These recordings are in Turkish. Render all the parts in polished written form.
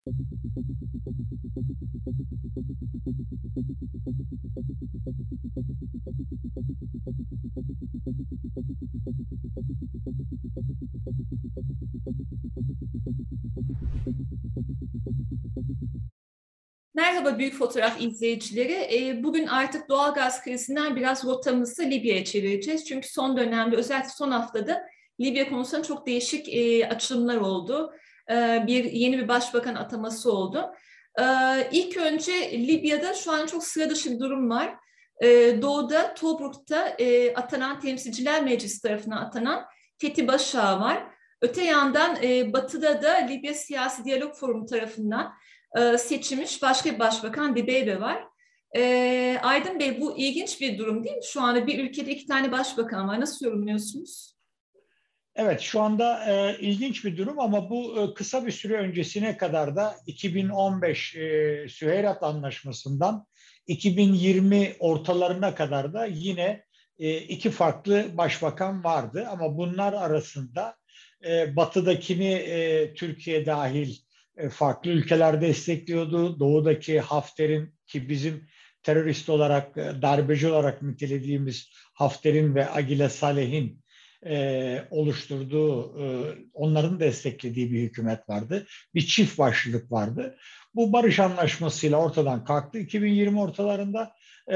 Merhaba Büyük Fotoğraf izleyicileri. Bugün artık doğalgaz krizinden biraz rotamızı Libya'ya çevireceğiz. Çünkü son dönemde, özellikle son haftada Libya konusunda çok değişik açılımlar oldu. Yeni bir başbakan ataması oldu. İlk önce Libya'da şu an çok sıra dışı bir durum var. Doğu'da, Tobruk'ta atanan Temsilciler Meclisi tarafından atanan Fethi Başağı var. Öte yandan Batı'da da Libya Siyasi Diyalog Forumu tarafından seçilmiş başka bir başbakan Dibeybe var. Aydın Bey, bu ilginç bir durum değil mi? Şu anda bir ülkede iki tane başbakan var. Nasıl yorumluyorsunuz? Evet, şu anda ilginç bir durum ama bu kısa bir süre öncesine kadar da 2015 Süheyrat Anlaşması'ndan 2020 ortalarına kadar da yine iki farklı başbakan vardı. Ama bunlar arasında batıdakini Türkiye dahil farklı ülkeler destekliyordu. Doğudaki Hafter'in, ki bizim terörist olarak, darbeci olarak nitelediğimiz Hafter'in ve Agile Saleh'in oluşturduğu, onların desteklediği bir hükümet vardı. Bir çift başlılık vardı. Bu barış anlaşmasıyla ortadan kalktı. 2020 ortalarında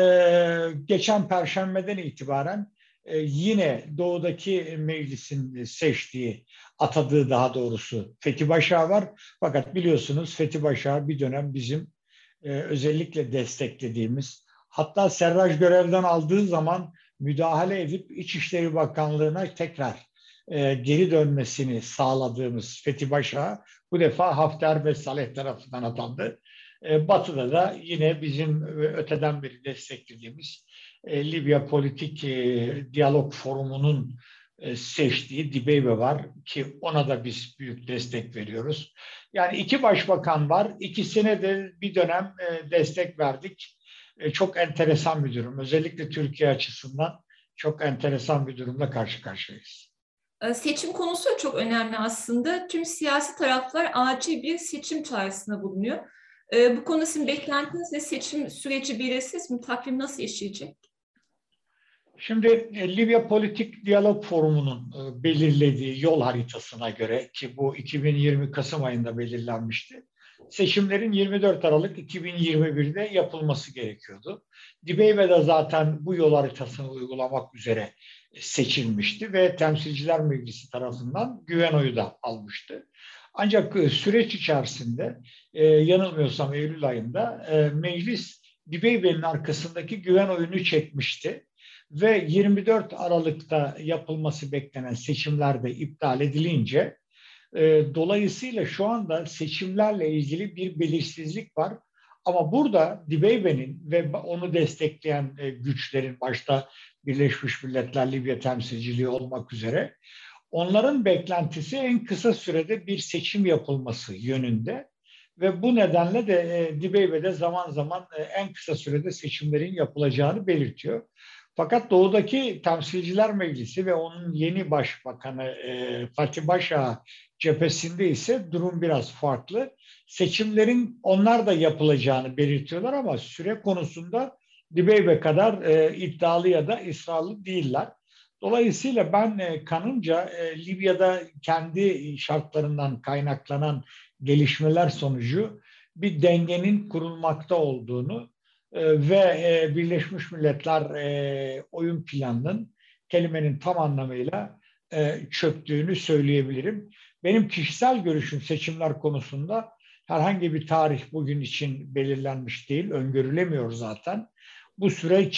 geçen Perşembeden itibaren yine doğudaki meclisin seçtiği, atadığı daha doğrusu Fethi Başağı var. Fakat biliyorsunuz Fethi Başağı bir dönem bizim özellikle desteklediğimiz, hatta Serraj görevden aldığı zaman müdahale edip İçişleri Bakanlığı'na tekrar geri dönmesini sağladığımız Fethi Başağı bu defa Hafter ve Saleh tarafından atandı. Batı'da da yine bizim öteden beri desteklediğimiz Libya Politik Diyalog Forumu'nun seçtiği Dibeybe var ki ona da biz büyük destek veriyoruz. Yani iki başbakan var, ikisine de bir dönem destek verdik. Çok enteresan bir durum. Özellikle Türkiye açısından çok enteresan bir durumla karşı karşıyayız. Seçim konusu da çok önemli aslında. Tüm siyasi taraflar acil bir seçim çağrısında bulunuyor. Bu konuda sizin beklentiniz ne? Seçim süreci belirsiz mi? Takvim nasıl işleyecek? Şimdi Libya Politik Diyalog Forumu'nun belirlediği yol haritasına göre, ki bu 2020 Kasım ayında belirlenmişti, seçimlerin 24 Aralık 2021'de yapılması gerekiyordu. Dibeybe de zaten bu yol haritasını uygulamak üzere seçilmişti ve Temsilciler Meclisi tarafından güven oyu da almıştı. Ancak süreç içerisinde yanılmıyorsam Eylül ayında meclis Dibeybe'nin arkasındaki güven oyunu çekmişti ve 24 Aralık'ta yapılması beklenen seçimler de iptal edilince dolayısıyla şu anda seçimlerle ilgili bir belirsizlik var. Ama burada Dibeybe'nin ve onu destekleyen güçlerin, başta Birleşmiş Milletler Libya temsilciliği olmak üzere, onların beklentisi en kısa sürede bir seçim yapılması yönünde. Ve bu nedenle de Dibeybe'de zaman zaman en kısa sürede seçimlerin yapılacağını belirtiyor. Fakat doğudaki Temsilciler Meclisi ve onun yeni başbakanı Fethi Başağı cephesinde ise durum biraz farklı. Seçimlerin onlar da yapılacağını belirtiyorlar ama süre konusunda Dibeybe kadar iddialı ya da ısrarlı değiller. Dolayısıyla ben kanımca Libya'da kendi şartlarından kaynaklanan gelişmeler sonucu bir dengenin kurulmakta olduğunu ve Birleşmiş Milletler oyun planının, kelimenin tam anlamıyla çöktüğünü söyleyebilirim. Benim kişisel görüşüm seçimler konusunda, herhangi bir tarih bugün için belirlenmiş değil, öngörülemiyor zaten. Bu süreç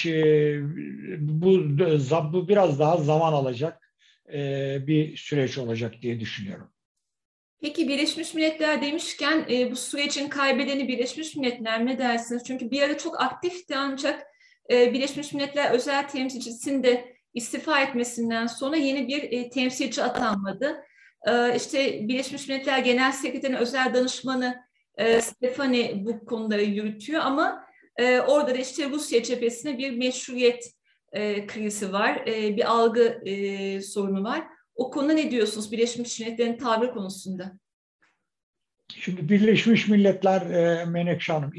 bu biraz daha zaman alacak bir süreç olacak diye düşünüyorum. Peki Birleşmiş Milletler demişken bu sürecin kaybedeni Birleşmiş Milletler mi dersiniz? Çünkü bir ara çok aktifti ancak Birleşmiş Milletler özel temsilcisinin de istifa etmesinden sonra yeni bir temsilci atanmadı. İşte Birleşmiş Milletler Genel Sekreterinin özel danışmanı Stefani bu konuları yürütüyor ama orada da işte Rusya cephesinde bir meşruiyet krizi var, bir algı sorunu var. O konuda ne diyorsunuz Birleşmiş Milletler'in tavrı konusunda? Şimdi Birleşmiş Milletler Menekşe Hanım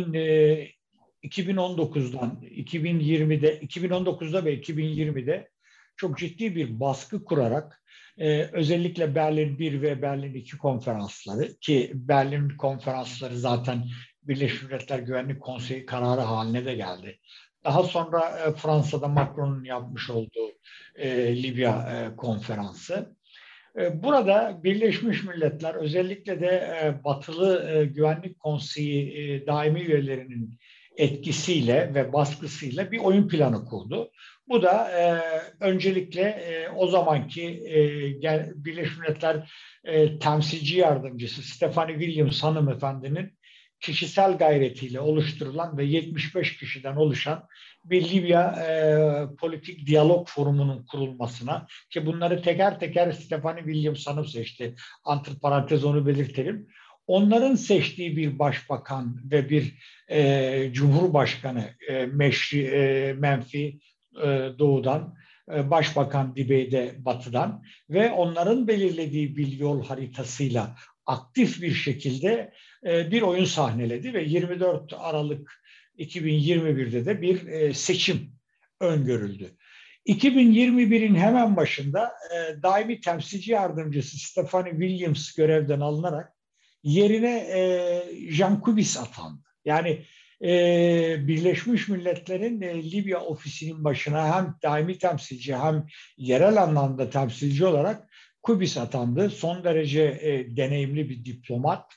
2019'dan 2019'da ve 2020'de çok ciddi bir baskı kurarak özellikle Berlin 1 ve Berlin 2 konferansları, ki Berlin konferansları zaten Birleşmiş Milletler Güvenlik Konseyi kararı haline de geldi. Daha sonra Fransa'da Macron'un yapmış olduğu Libya konferansı. Burada Birleşmiş Milletler özellikle de Batılı Güvenlik Konseyi daimi üyelerinin etkisiyle ve baskısıyla bir oyun planı kurdu. Bu da öncelikle o zamanki Birleşmiş Milletler temsilci yardımcısı Stephanie Williams hanımefendinin kişisel gayretiyle oluşturulan ve 75 kişiden oluşan bir Libya politik diyalog forumunun kurulmasına, ki bunları teker teker Stephanie Williams Hanım seçti. Antiparantez onu belirtelim. Onların seçtiği bir başbakan ve bir cumhurbaşkanı Menfi doğudan, başbakan Dibey'de batıdan ve onların belirlediği bir yol haritasıyla aktif bir şekilde bir oyun sahneledi ve 24 Aralık 2021'de de bir seçim öngörüldü. 2021'in hemen başında daimi temsilci yardımcısı Stephanie Williams görevden alınarak yerine Jean Kubis atandı. Yani Birleşmiş Milletler'in Libya ofisinin başına hem daimi temsilci hem yerel anlamda temsilci olarak Kubis atandı. Son derece deneyimli bir diplomat.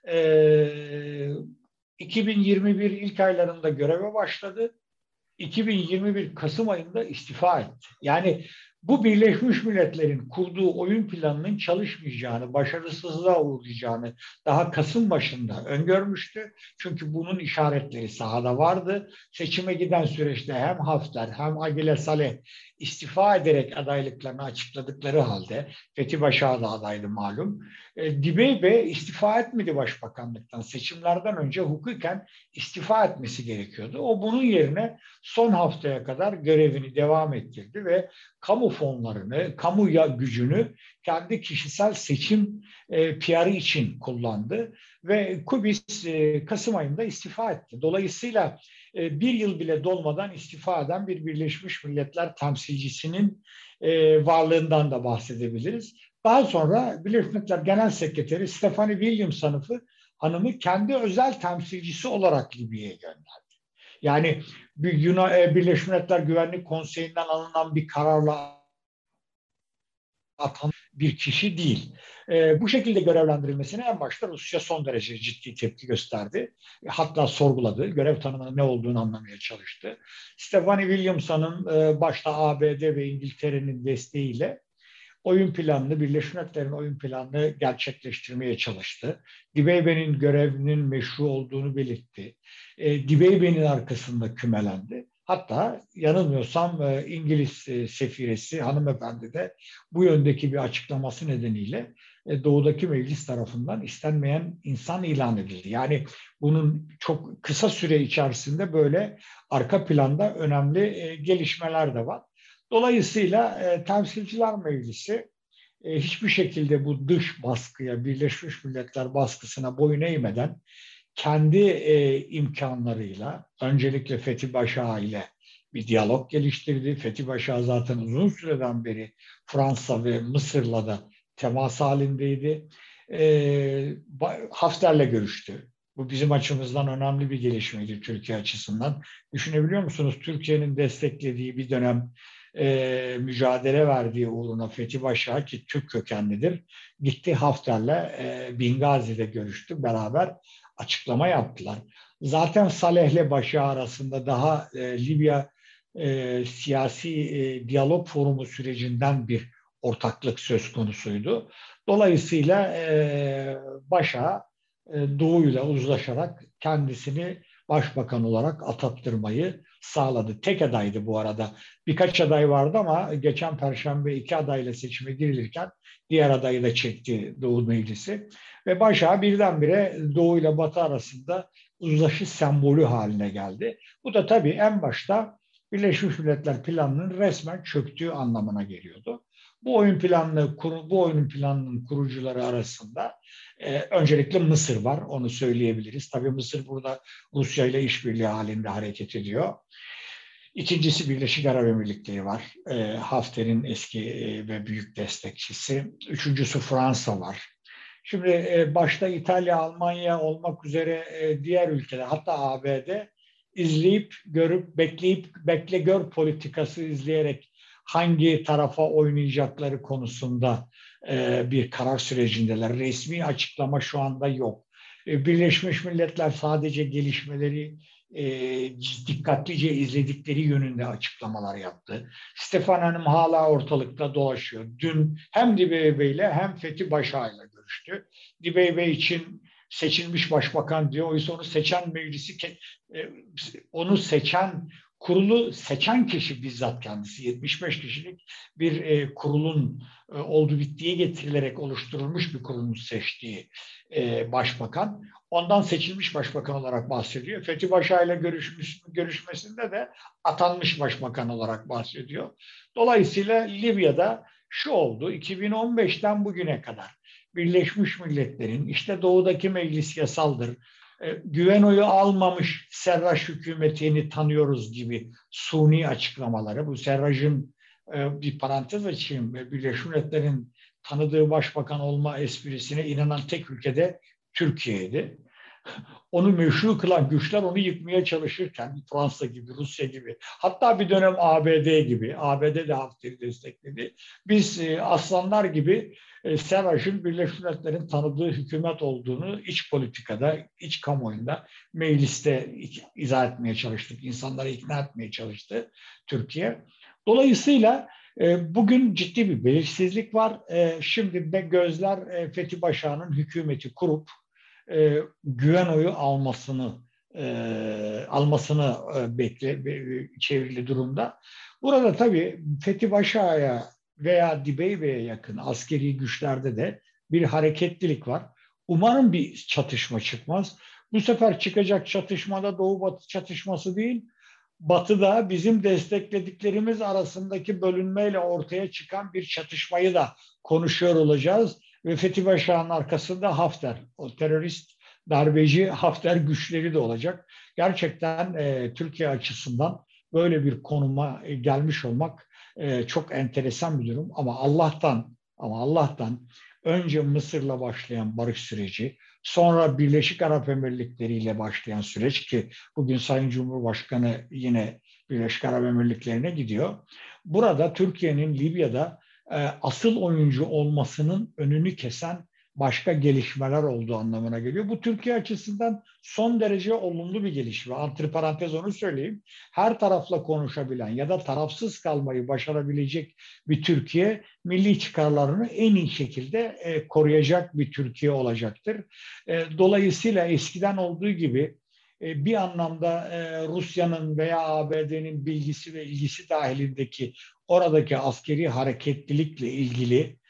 2021 ilk aylarında göreve başladı. 2021 Kasım ayında istifa etti. Yani bu Birleşmiş Milletler'in kurduğu oyun planının çalışmayacağını, başarısızlığa uğrayacağını daha Kasım başında öngörmüştü. Çünkü bunun işaretleri sahada vardı. Seçime giden süreçte hem Hafter hem Agile Saleh istifa ederek adaylıklarını açıkladıkları halde, Fethi Başak'a da adaydı malum. Dibeybe istifa etmedi başbakanlıktan. Seçimlerden önce hukuken istifa etmesi gerekiyordu. O bunun yerine son haftaya kadar görevini devam ettirdi ve kamu fonlarını, kamu gücünü kendi kişisel seçim PR'ı için kullandı ve Kubis Kasım ayında istifa etti. Dolayısıyla bir yıl bile dolmadan istifa eden bir Birleşmiş Milletler temsilcisinin varlığından da bahsedebiliriz. Daha sonra Birleşmiş Milletler Genel Sekreteri Stephanie Williams hanımı kendi özel temsilcisi olarak Libya'ya gönderdi. Yani Birleşmiş Milletler Güvenlik Konseyi'nden alınan bir kararla atan bir kişi değil. Bu şekilde görevlendirilmesine en başta Rusya son derece ciddi tepki gösterdi. Hatta sorguladı. Görev tanımının ne olduğunu anlamaya çalıştı. Stephanie Williamson'ın başta ABD ve İngiltere'nin desteğiyle oyun planını, Birleşmiş Milletler'in oyun planını gerçekleştirmeye çalıştı. Dibeybe'nin görevinin meşru olduğunu belirtti. Dibeybe'nin arkasında kümelendi. Hatta yanılmıyorsam İngiliz sefiresi hanımefendi de bu yöndeki bir açıklaması nedeniyle doğudaki meclis tarafından istenmeyen insan ilan edildi. Yani bunun çok kısa süre içerisinde böyle arka planda önemli gelişmeler de var. Dolayısıyla Temsilciler Meclisi hiçbir şekilde bu dış baskıya, Birleşmiş Milletler baskısına boyun eğmeden kendi imkanlarıyla öncelikle Fethi Başak ile bir diyalog geliştirdi. Fethi Başak zaten uzun süreden beri Fransa ve Mısır'la da temas halindeydi. Hafter'le görüştü. Bu bizim açımızdan önemli bir gelişmeydi Türkiye açısından. Düşünebiliyor musunuz? Türkiye'nin desteklediği bir dönem mücadele verdiği uğruna Fethi Başak, ki Türk kökenlidir, gitti Hafter'le Bingazi'de görüştü. Beraber açıklama yaptılar. Zaten Saleh'le Başak arasında daha Libya siyasi diyalog forumu sürecinden bir ortaklık söz konusuydu. Dolayısıyla Başak Doğu'yla uzlaşarak kendisini başbakan olarak atattırmayı sağladı. Tek adaydı bu arada. Birkaç aday vardı ama geçen Perşembe 2 adayla seçime girilirken diğer adayı da çekti Doğu Meclisi. Ve Başak birdenbire Doğu ile Batı arasında uzlaşı sembolü haline geldi. Bu da tabii en başta Birleşmiş Milletler planının resmen çöktüğü anlamına geliyordu. Bu oyun planının kurucuları arasında öncelikle Mısır var, onu söyleyebiliriz. Tabii Mısır burada Rusya ile işbirliği halinde hareket ediyor. İkincisi Birleşik Arap Emirlikleri var. Hafter'in eski ve büyük destekçisi. Üçüncüsü Fransa var. Şimdi başta İtalya, Almanya olmak üzere diğer ülkeler, hatta ABD izleyip, görüp, bekle gör politikası izleyerek hangi tarafa oynayacakları konusunda bir karar sürecindeler. Resmi açıklama şu anda yok. Birleşmiş Milletler sadece gelişmeleri dikkatlice izledikleri yönünde açıklamalar yaptı. Stefan Hanım hala ortalıkta dolaşıyor. Dün hem Dibey ile hem Fethi Başağ ile görüştü. Dibey için seçilmiş başbakan diyor. Oysa onu seçen meclisi, onu seçen kurulu seçen kişi bizzat kendisi. 75 kişilik bir kurulun oldu bittiği getirilerek oluşturulmuş bir kurulun seçtiği başbakan. Ondan seçilmiş başbakan olarak bahsediyor. Fethi Başağ ile görüşmesinde de atanmış başbakan olarak bahsediyor. Dolayısıyla Libya'da şu oldu: 2015'ten bugüne kadar Birleşmiş Milletler'in işte doğudaki meclis yasaldır, güven oyu almamış Serraj hükümetini tanıyoruz gibi suni açıklamaları, bu Serraj'ın bir parantez açayım, Birleşmiş Milletler'in tanıdığı başbakan olma esprisine inanan tek ülkede Türkiye'ydi. Onu meşru kılan güçler onu yıkmaya çalışırken Fransa gibi, Rusya gibi, hatta bir dönem ABD gibi, ABD de Hafter'i destekledi. Biz aslanlar gibi Serraj'ın Birleşmiş Milletler'in tanıdığı hükümet olduğunu iç politikada, iç kamuoyunda, mecliste izah etmeye çalıştık. İnsanları ikna etmeye çalıştı Türkiye. Dolayısıyla bugün ciddi bir belirsizlik var. Şimdi de gözler Fethi Başağ'ın hükümeti kurup güven oyu almasını çevrili durumda. Burada tabii Fethi Başağ'a veya Dibeybe'ye yakın askeri güçlerde de bir hareketlilik var. Umarım bir çatışma çıkmaz. Bu sefer çıkacak çatışmada Doğu-Batı çatışması değil, Batı'da bizim desteklediklerimiz arasındaki bölünmeyle ortaya çıkan bir çatışmayı da konuşuyor olacağız. Ve Fethi Başağ'ın arkasında Hafter, o terörist darbeci Hafter güçleri de olacak. Gerçekten Türkiye açısından böyle bir konuma gelmiş olmak çok enteresan bir durum. Ama Allah'tan önce Mısır'la başlayan barış süreci, sonra Birleşik Arap Emirlikleri ile başlayan süreç, ki bugün Sayın Cumhurbaşkanı yine Birleşik Arap Emirlikleri'ne gidiyor. Burada Türkiye'nin Libya'da asıl oyuncu olmasının önünü kesen başka gelişmeler olduğu anlamına geliyor. Bu Türkiye açısından son derece olumlu bir gelişme. Antiparantez onu söyleyeyim. Her tarafla konuşabilen ya da tarafsız kalmayı başarabilecek bir Türkiye, milli çıkarlarını en iyi şekilde koruyacak bir Türkiye olacaktır. Dolayısıyla eskiden olduğu gibi bir anlamda Rusya'nın veya ABD'nin bilgisi ve ilgisi dahilindeki oradaki askeri hareketlilikle ilgili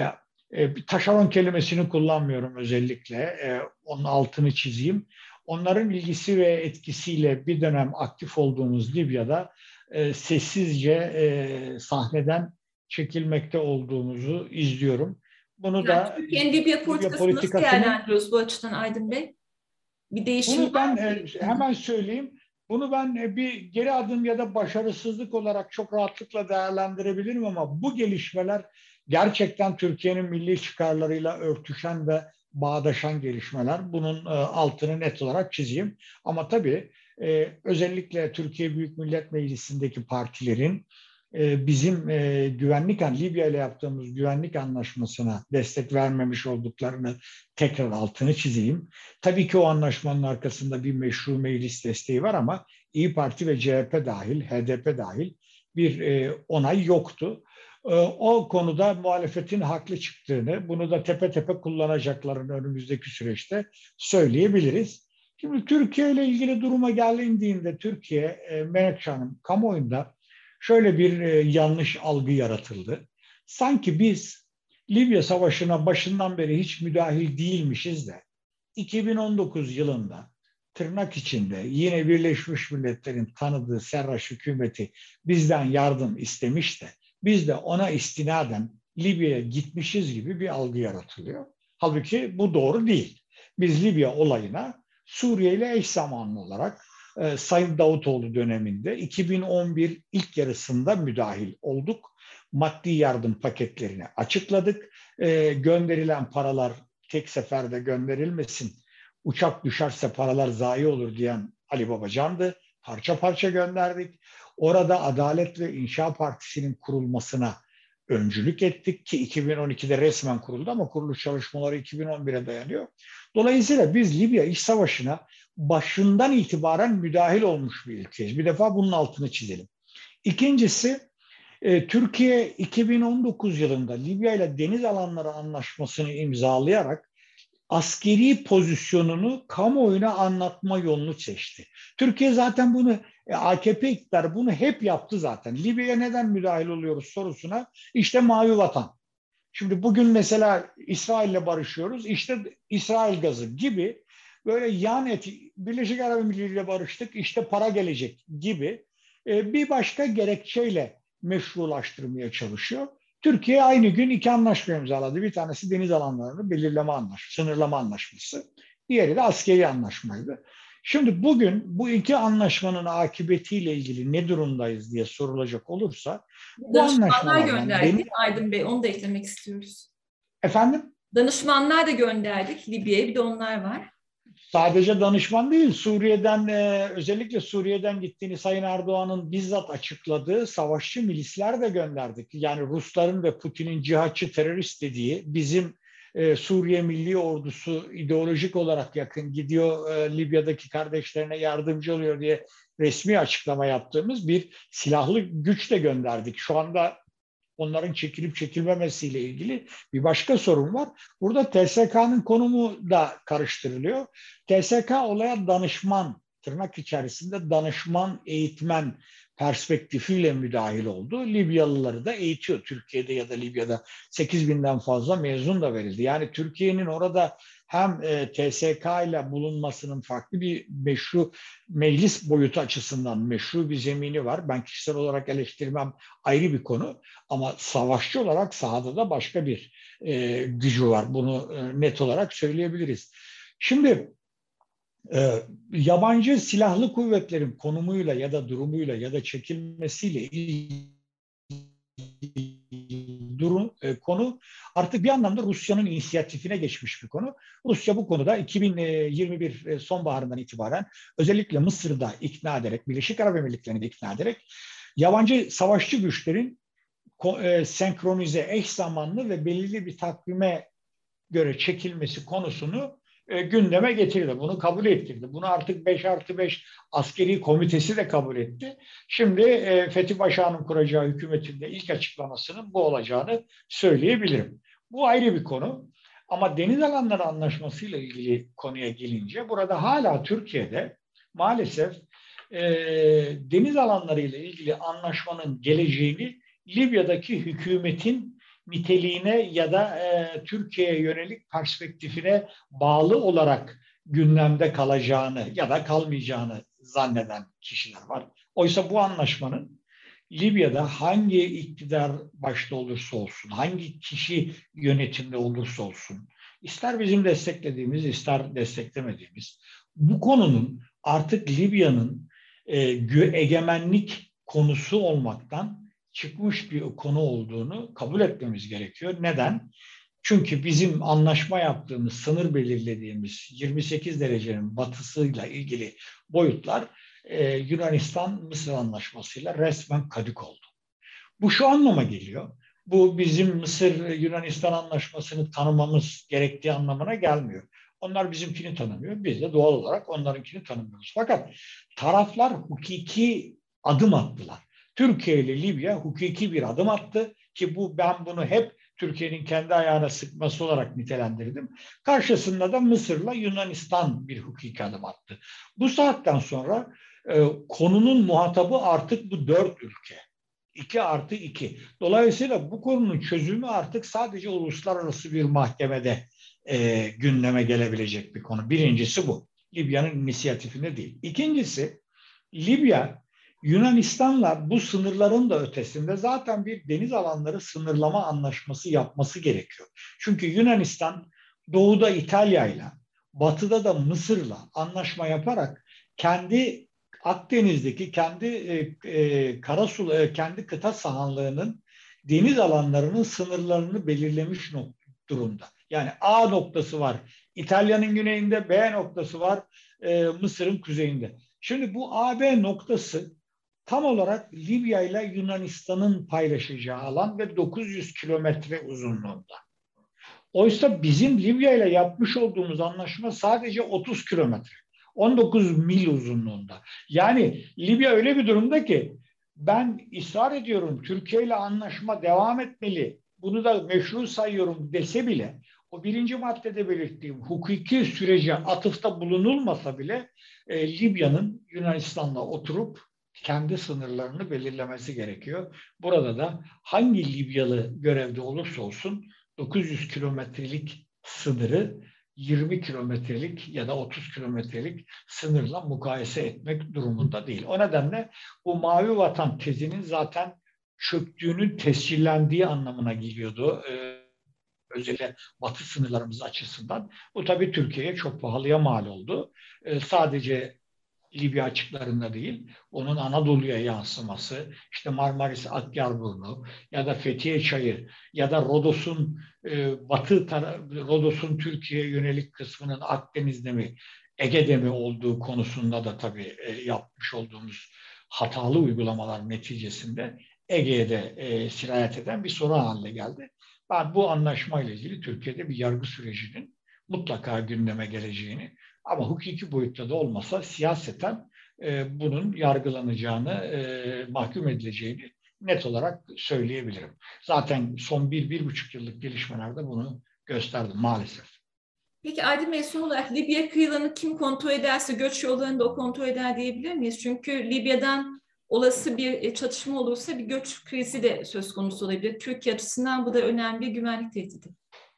taşeron kelimesini kullanmıyorum özellikle, onun altını çizeyim. Onların ilgisi ve etkisiyle bir dönem aktif olduğumuz Libya'da sessizce sahneden çekilmekte olduğumuzu izliyorum. Bunu Yani da Türkiye'nin Libya Libya politikasını nasıl politikasının değerlendiriyoruz bu açıdan Aydın Bey? Bir değişim Bunu var ben mı? hemen söyleyeyim. Bunu ben bir geri adım ya da başarısızlık olarak çok rahatlıkla değerlendirebilirim, ama bu gelişmeler gerçekten Türkiye'nin milli çıkarlarıyla örtüşen ve bağdaşan gelişmeler. Bunun altını net olarak çizeyim. Ama tabii özellikle Türkiye Büyük Millet Meclisi'ndeki partilerin bizim Libya ile yaptığımız güvenlik anlaşmasına destek vermemiş olduklarını tekrar altını çizeyim. Tabii ki o anlaşmanın arkasında bir meşru meclis desteği var, ama İyi Parti ve CHP dahil, HDP dahil bir onay yoktu. O konuda muhalefetin haklı çıktığını, bunu da tepe tepe kullanacaklarını önümüzdeki süreçte söyleyebiliriz. Şimdi Türkiye ile ilgili duruma gelindiğinde, Türkiye, Menekşe Hanım, kamuoyunda şöyle bir yanlış algı yaratıldı. Sanki biz Libya Savaşı'na başından beri hiç müdahil değilmişiz de 2019 yılında tırnak içinde yine Birleşmiş Milletler'in tanıdığı Serraj hükümeti bizden yardım istemiş de biz de ona istinaden Libya'ya gitmişiz gibi bir algı yaratılıyor. Halbuki bu doğru değil. Biz Libya olayına Suriye ile eş zamanlı olarak Sayın Davutoğlu döneminde 2011 ilk yarısında müdahil olduk. Maddi yardım paketlerini açıkladık. Gönderilen paralar tek seferde gönderilmesin. Uçak düşerse paralar zayi olur diyen Ali Babacan'dı. Parça parça gönderdik. Orada Adalet ve İnşa Partisi'nin kurulmasına öncülük ettik ki 2012'de resmen kuruldu ama kuruluş çalışmaları 2011'e dayanıyor. Dolayısıyla biz Libya İç Savaşı'na başından itibaren müdahil olmuş bir ülkeyiz. Bir defa bunun altını çizelim. İkincisi, Türkiye 2019 yılında Libya ile deniz alanları anlaşmasını imzalayarak askeri pozisyonunu kamuoyuna anlatma yolunu seçti. Türkiye zaten bunu, AKP iktidarı bunu hep yaptı zaten. Libya'ya neden müdahil oluyoruz sorusuna işte mavi vatan. Şimdi bugün mesela İsrail'le barışıyoruz. İşte İsrail gazı gibi böyle yan eti, Birleşik Arap Emirlikleri ile barıştık. İşte para gelecek gibi bir başka gerekçeyle meşrulaştırmaya çalışıyor. Türkiye aynı gün iki anlaşma imzaladı. Bir tanesi deniz alanlarını belirleme anlaşması, sınırlama anlaşması. Diğeri de askeri anlaşmaydı. Şimdi bugün bu iki anlaşmanın akıbetiyle ilgili ne durumdayız diye sorulacak olursa bu Danışmanlar anlaşmalardan gönderdik deniz... değil mi Aydın Bey? Onu da eklemek istiyoruz. Efendim? Danışmanlar da gönderdik Libya'ya. Bir de onlar var. Sadece danışman değil, Suriye'den özellikle Suriye'den gittiğini Sayın Erdoğan'ın bizzat açıkladığı savaşçı milisler de gönderdik. Yani Rusların ve Putin'in cihatçı terörist dediği bizim Suriye Milli Ordusu ideolojik olarak yakın gidiyor, Libya'daki kardeşlerine yardımcı oluyor diye resmi açıklama yaptığımız bir silahlı güç de gönderdik. Şu anda onların çekilip çekilmemesiyle ilgili bir başka sorun var. Burada TSK'nın konumu da karıştırılıyor. TSK olaya danışman, tırnak içerisinde danışman, eğitmen perspektifiyle müdahil oldu. Libyalıları da eğitiyor. Türkiye'de ya da Libya'da 8.000'den fazla mezun da verildi. Yani Türkiye'nin orada hem TSK ile bulunmasının farklı bir meşru meclis boyutu açısından meşru bir zemini var. Ben kişisel olarak eleştirmem, ayrı bir konu. Ama savaşçı olarak sahada da başka bir gücü var. Bunu net olarak söyleyebiliriz. Şimdi yabancı silahlı kuvvetlerin konumuyla ya da durumuyla ya da çekilmesiyle ilgili konu artık bir anlamda Rusya'nın inisiyatifine geçmiş bir konu. Rusya bu konuda 2021 sonbaharından itibaren özellikle Mısır'da ikna ederek, Birleşik Arap Emirlikleri'ni de ikna ederek yabancı savaşçı güçlerin senkronize, eş zamanlı ve belirli bir takvime göre çekilmesi konusunu gündeme getirdi. Bunu kabul ettirdi. Bunu artık 5+5 askeri komitesi de kabul etti. Şimdi Fethi Başak'ın kuracağı hükümetin de ilk açıklamasının bu olacağını söyleyebilirim. Bu ayrı bir konu. Ama deniz alanları anlaşmasıyla ilgili konuya gelince burada hala Türkiye'de maalesef deniz alanları ile ilgili anlaşmanın geleceğini Libya'daki hükümetin niteliğine ya da Türkiye'ye yönelik perspektifine bağlı olarak gündemde kalacağını ya da kalmayacağını zanneden kişiler var. Oysa bu anlaşmanın Libya'da hangi iktidar başta olursa olsun, hangi kişi yönetimde olursa olsun, ister bizim desteklediğimiz, ister desteklemediğimiz, bu konunun artık Libya'nın egemenlik konusu olmaktan çıkmış bir konu olduğunu kabul etmemiz gerekiyor. Neden? Çünkü bizim anlaşma yaptığımız, sınır belirlediğimiz 28 derecenin batısıyla ilgili boyutlar Yunanistan-Mısır anlaşmasıyla resmen kadük oldu. Bu şu anlama geliyor. Bu bizim Mısır-Yunanistan anlaşmasını tanımamız gerektiği anlamına gelmiyor. Onlar bizimkini tanımıyor. Biz de doğal olarak onlarınkini tanımıyoruz. Fakat taraflar hukuki adım attılar. Türkiye ile Libya hukuki bir adım attı ki ben bunu hep Türkiye'nin kendi ayağına sıkması olarak nitelendirdim. Karşısında da Mısır'la Yunanistan bir hukuki adım attı. Bu saatten sonra konunun muhatabı artık bu 4 ülke. 2+2. Dolayısıyla bu konunun çözümü artık sadece uluslararası bir mahkemede gündeme gelebilecek bir konu. Birincisi bu. Libya'nın inisiyatifinde değil. İkincisi, Libya Yunanistan'la bu sınırların da ötesinde zaten bir deniz alanları sınırlama anlaşması yapması gerekiyor. Çünkü Yunanistan doğuda İtalya'yla, batıda da Mısır'la anlaşma yaparak kendi Akdeniz'deki kendi kendi kıta sahanlığının deniz alanlarının sınırlarını belirlemiş durumda. Yani A noktası var İtalya'nın güneyinde, B noktası var Mısır'ın kuzeyinde. Şimdi bu AB noktası tam olarak Libya ile Yunanistan'ın paylaşacağı alan ve 900 kilometre uzunluğunda. Oysa bizim Libya ile yapmış olduğumuz anlaşma sadece 30 kilometre, 19 mil uzunluğunda. Yani Libya öyle bir durumda ki ben ısrar ediyorum Türkiye ile anlaşma devam etmeli, bunu da meşru sayıyorum dese bile o birinci maddede belirttiğim hukuki sürece atıfta bulunulmasa bile Libya'nın Yunanistan'la oturup kendi sınırlarını belirlemesi gerekiyor. Burada da hangi Libyalı görevde olursa olsun 900 kilometrelik sınırı 20 kilometrelik ya da 30 kilometrelik sınırla mukayese etmek durumunda değil. O nedenle bu Mavi Vatan tezinin zaten çöktüğünün tescillendiği anlamına geliyordu. Özellikle batı sınırlarımız açısından. Bu tabii Türkiye'ye çok pahalıya mal oldu. Sadece Libya açıklarında değil, onun Anadolu'ya yansıması, işte Marmaris Akyarburnu ya da Fethiye Çayı ya da Rodos'un Rodos'un Türkiye'ye yönelik kısmının Akdeniz'de mi, Ege'de mi olduğu konusunda da tabii yapmış olduğumuz hatalı uygulamalar neticesinde Ege'ye de sirayet eden bir sorun haline geldi. Ben bu anlaşmayla ilgili Türkiye'de bir yargı sürecinin mutlaka gündeme geleceğini ama hukuki boyutta da olmasa siyaseten bunun yargılanacağını, mahkum edileceğini net olarak söyleyebilirim. Zaten son 1-1,5 yıllık gelişmelerde bunu gösterdi maalesef. Peki Aydın Bey, son olarak Libya kıyılarını kim kontrol ederse göç yollarını da o kontrol eder diyebilir miyiz? Çünkü Libya'dan olası bir çatışma olursa bir göç krizi de söz konusu olabilir. Türkiye açısından bu da önemli bir güvenlik tehdidi.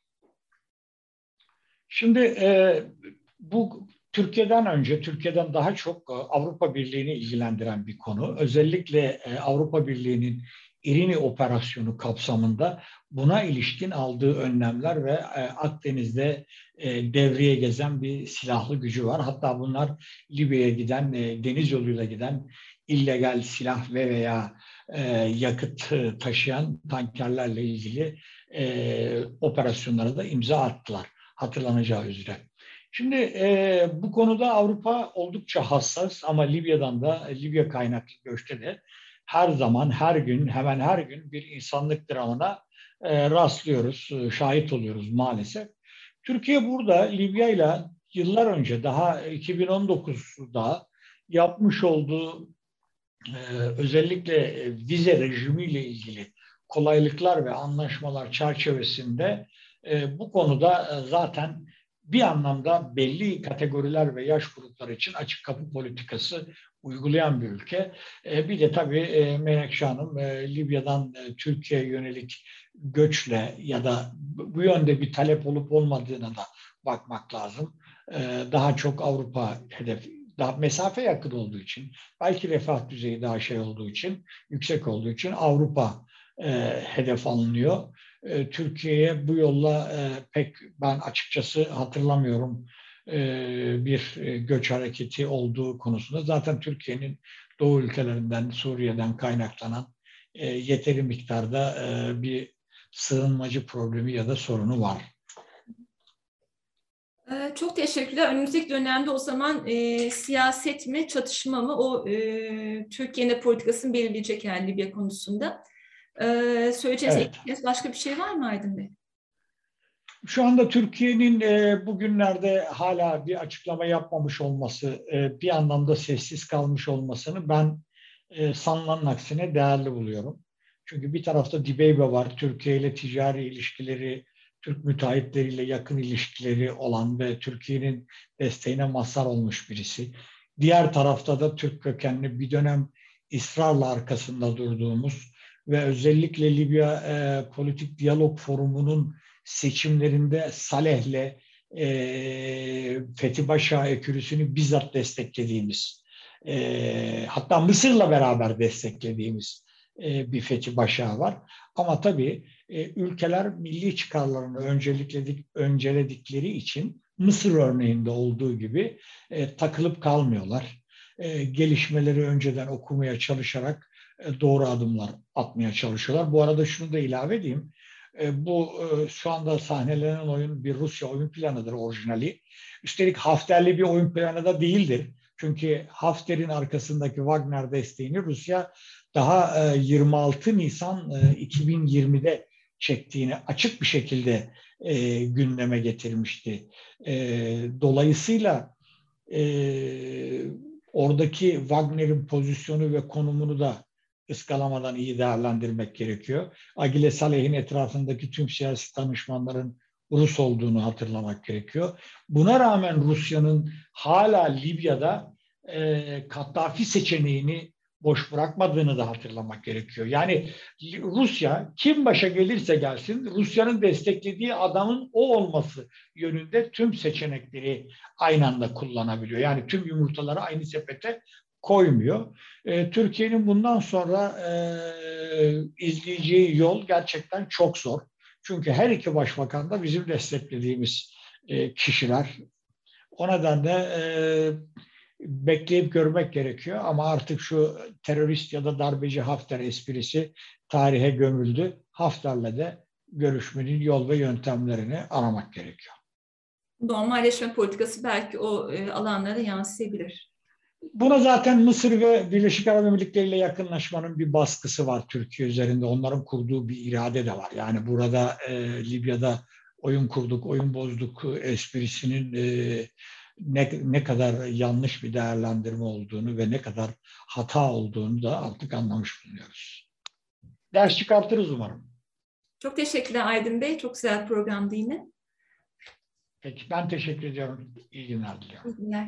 Şimdi bu Türkiye'den önce, Türkiye'den daha çok Avrupa Birliği'ni ilgilendiren bir konu. Özellikle Avrupa Birliği'nin İrini operasyonu kapsamında buna ilişkin aldığı önlemler ve Akdeniz'de devreye gezen bir silahlı gücü var. Hatta bunlar Libya'ya giden, deniz yoluyla giden illegal silah ve veya yakıt taşıyan tankerlerle ilgili operasyonlara da imza attılar. Hatırlanacağı üzere. Şimdi bu konuda Avrupa oldukça hassas ama Libya'dan da Libya kaynaklı göçte de her zaman, her gün, hemen her gün bir insanlık dramına rastlıyoruz, şahit oluyoruz maalesef. Türkiye burada Libya ile yıllar önce daha 2019'da yapmış olduğu özellikle vize rejimiyle ilgili kolaylıklar ve anlaşmalar çerçevesinde bu konuda zaten bir anlamda belli kategoriler ve yaş grupları için açık kapı politikası uygulayan bir ülke. Bir de tabii Menekşe Hanım Libya'dan Türkiye'ye yönelik göçle ya da bu yönde bir talep olup olmadığına da bakmak lazım. Daha çok Avrupa hedefi, daha mesafe yakın olduğu için, belki refah düzeyi daha olduğu için, yüksek olduğu için Avrupa hedef alınıyor. Türkiye'ye bu yolla pek ben açıkçası hatırlamıyorum bir göç hareketi olduğu konusunda. Zaten Türkiye'nin Doğu ülkelerinden, Suriye'den kaynaklanan yeteri miktarda bir sığınmacı problemi ya da sorunu var. Çok teşekkürler. Önümüzdeki dönemde o zaman siyaset mi, çatışma mı o Türkiye'nin politikasını belirleyecek yani Libya konusunda. Söyleyeceğiniz Evet. başka bir şey var mı Aydın Bey? Şu anda Türkiye'nin bugünlerde hala bir açıklama yapmamış olması, bir anlamda sessiz kalmış olmasını ben sanılanın aksine değerli buluyorum. Çünkü bir tarafta Dibeybe var, Türkiye ile ticari ilişkileri, Türk müteahhitleriyle yakın ilişkileri olan ve Türkiye'nin desteğine mazhar olmuş birisi. Diğer tarafta da Türk kökenli bir dönem ısrarla arkasında durduğumuz ve özellikle Libya Politik Diyalog Forumu'nun seçimlerinde Saleh'le Fethi Başa ekürüsünü bizzat desteklediğimiz Hatta Mısır'la beraber desteklediğimiz bir Fethi Başağı var. Ama tabii ülkeler milli çıkarlarını önceledikleri için Mısır örneğinde olduğu gibi takılıp kalmıyorlar. Gelişmeleri önceden okumaya çalışarak doğru adımlar atmaya çalışıyorlar. Bu arada şunu da ilave edeyim. Bu şu anda sahnelenen oyun bir Rusya oyun planıdır orijinali. Üstelik Hafterli bir oyun planı da değildir. Çünkü Hafter'in arkasındaki Wagner desteğini Rusya daha 26 Nisan 2020'de çektiğini açık bir şekilde gündeme getirmişti. Dolayısıyla oradaki Wagner'in pozisyonu ve konumunu da ıskalamadan iyi değerlendirmek gerekiyor. Agile Saleh'in etrafındaki tüm siyasi danışmanların Rus olduğunu hatırlamak gerekiyor. Buna rağmen Rusya'nın hala Libya'da Kaddafi seçeneğini boş bırakmadığını da hatırlamak gerekiyor. Yani Rusya kim başa gelirse gelsin Rusya'nın desteklediği adamın o olması yönünde tüm seçenekleri aynı anda kullanabiliyor. Yani tüm yumurtaları aynı sepete koymuyor. Türkiye'nin bundan sonra izleyeceği yol gerçekten çok zor. Çünkü her iki başbakan da bizim desteklediğimiz kişiler. O nedenle bekleyip görmek gerekiyor. Ama artık şu terörist ya da darbeci Hafter esprisi tarihe gömüldü. Hafter'le de görüşmenin yol ve yöntemlerini aramak gerekiyor. Normalleşme politikası belki o alanlara yansıyabilir. Buna zaten Mısır ve Birleşik Arap Emirlikleri ile yakınlaşmanın bir baskısı var Türkiye üzerinde. Onların kurduğu bir irade de var. Yani burada Libya'da oyun kurduk, oyun bozduk esprisinin ne kadar yanlış bir değerlendirme olduğunu ve ne kadar hata olduğunu da artık anlamış bulunuyoruz. Ders çıkartırız umarım. Çok teşekkürler Aydın Bey. Çok güzel programdı yine. Peki ben teşekkür ediyorum. İyi günler diliyorum. İyi günler.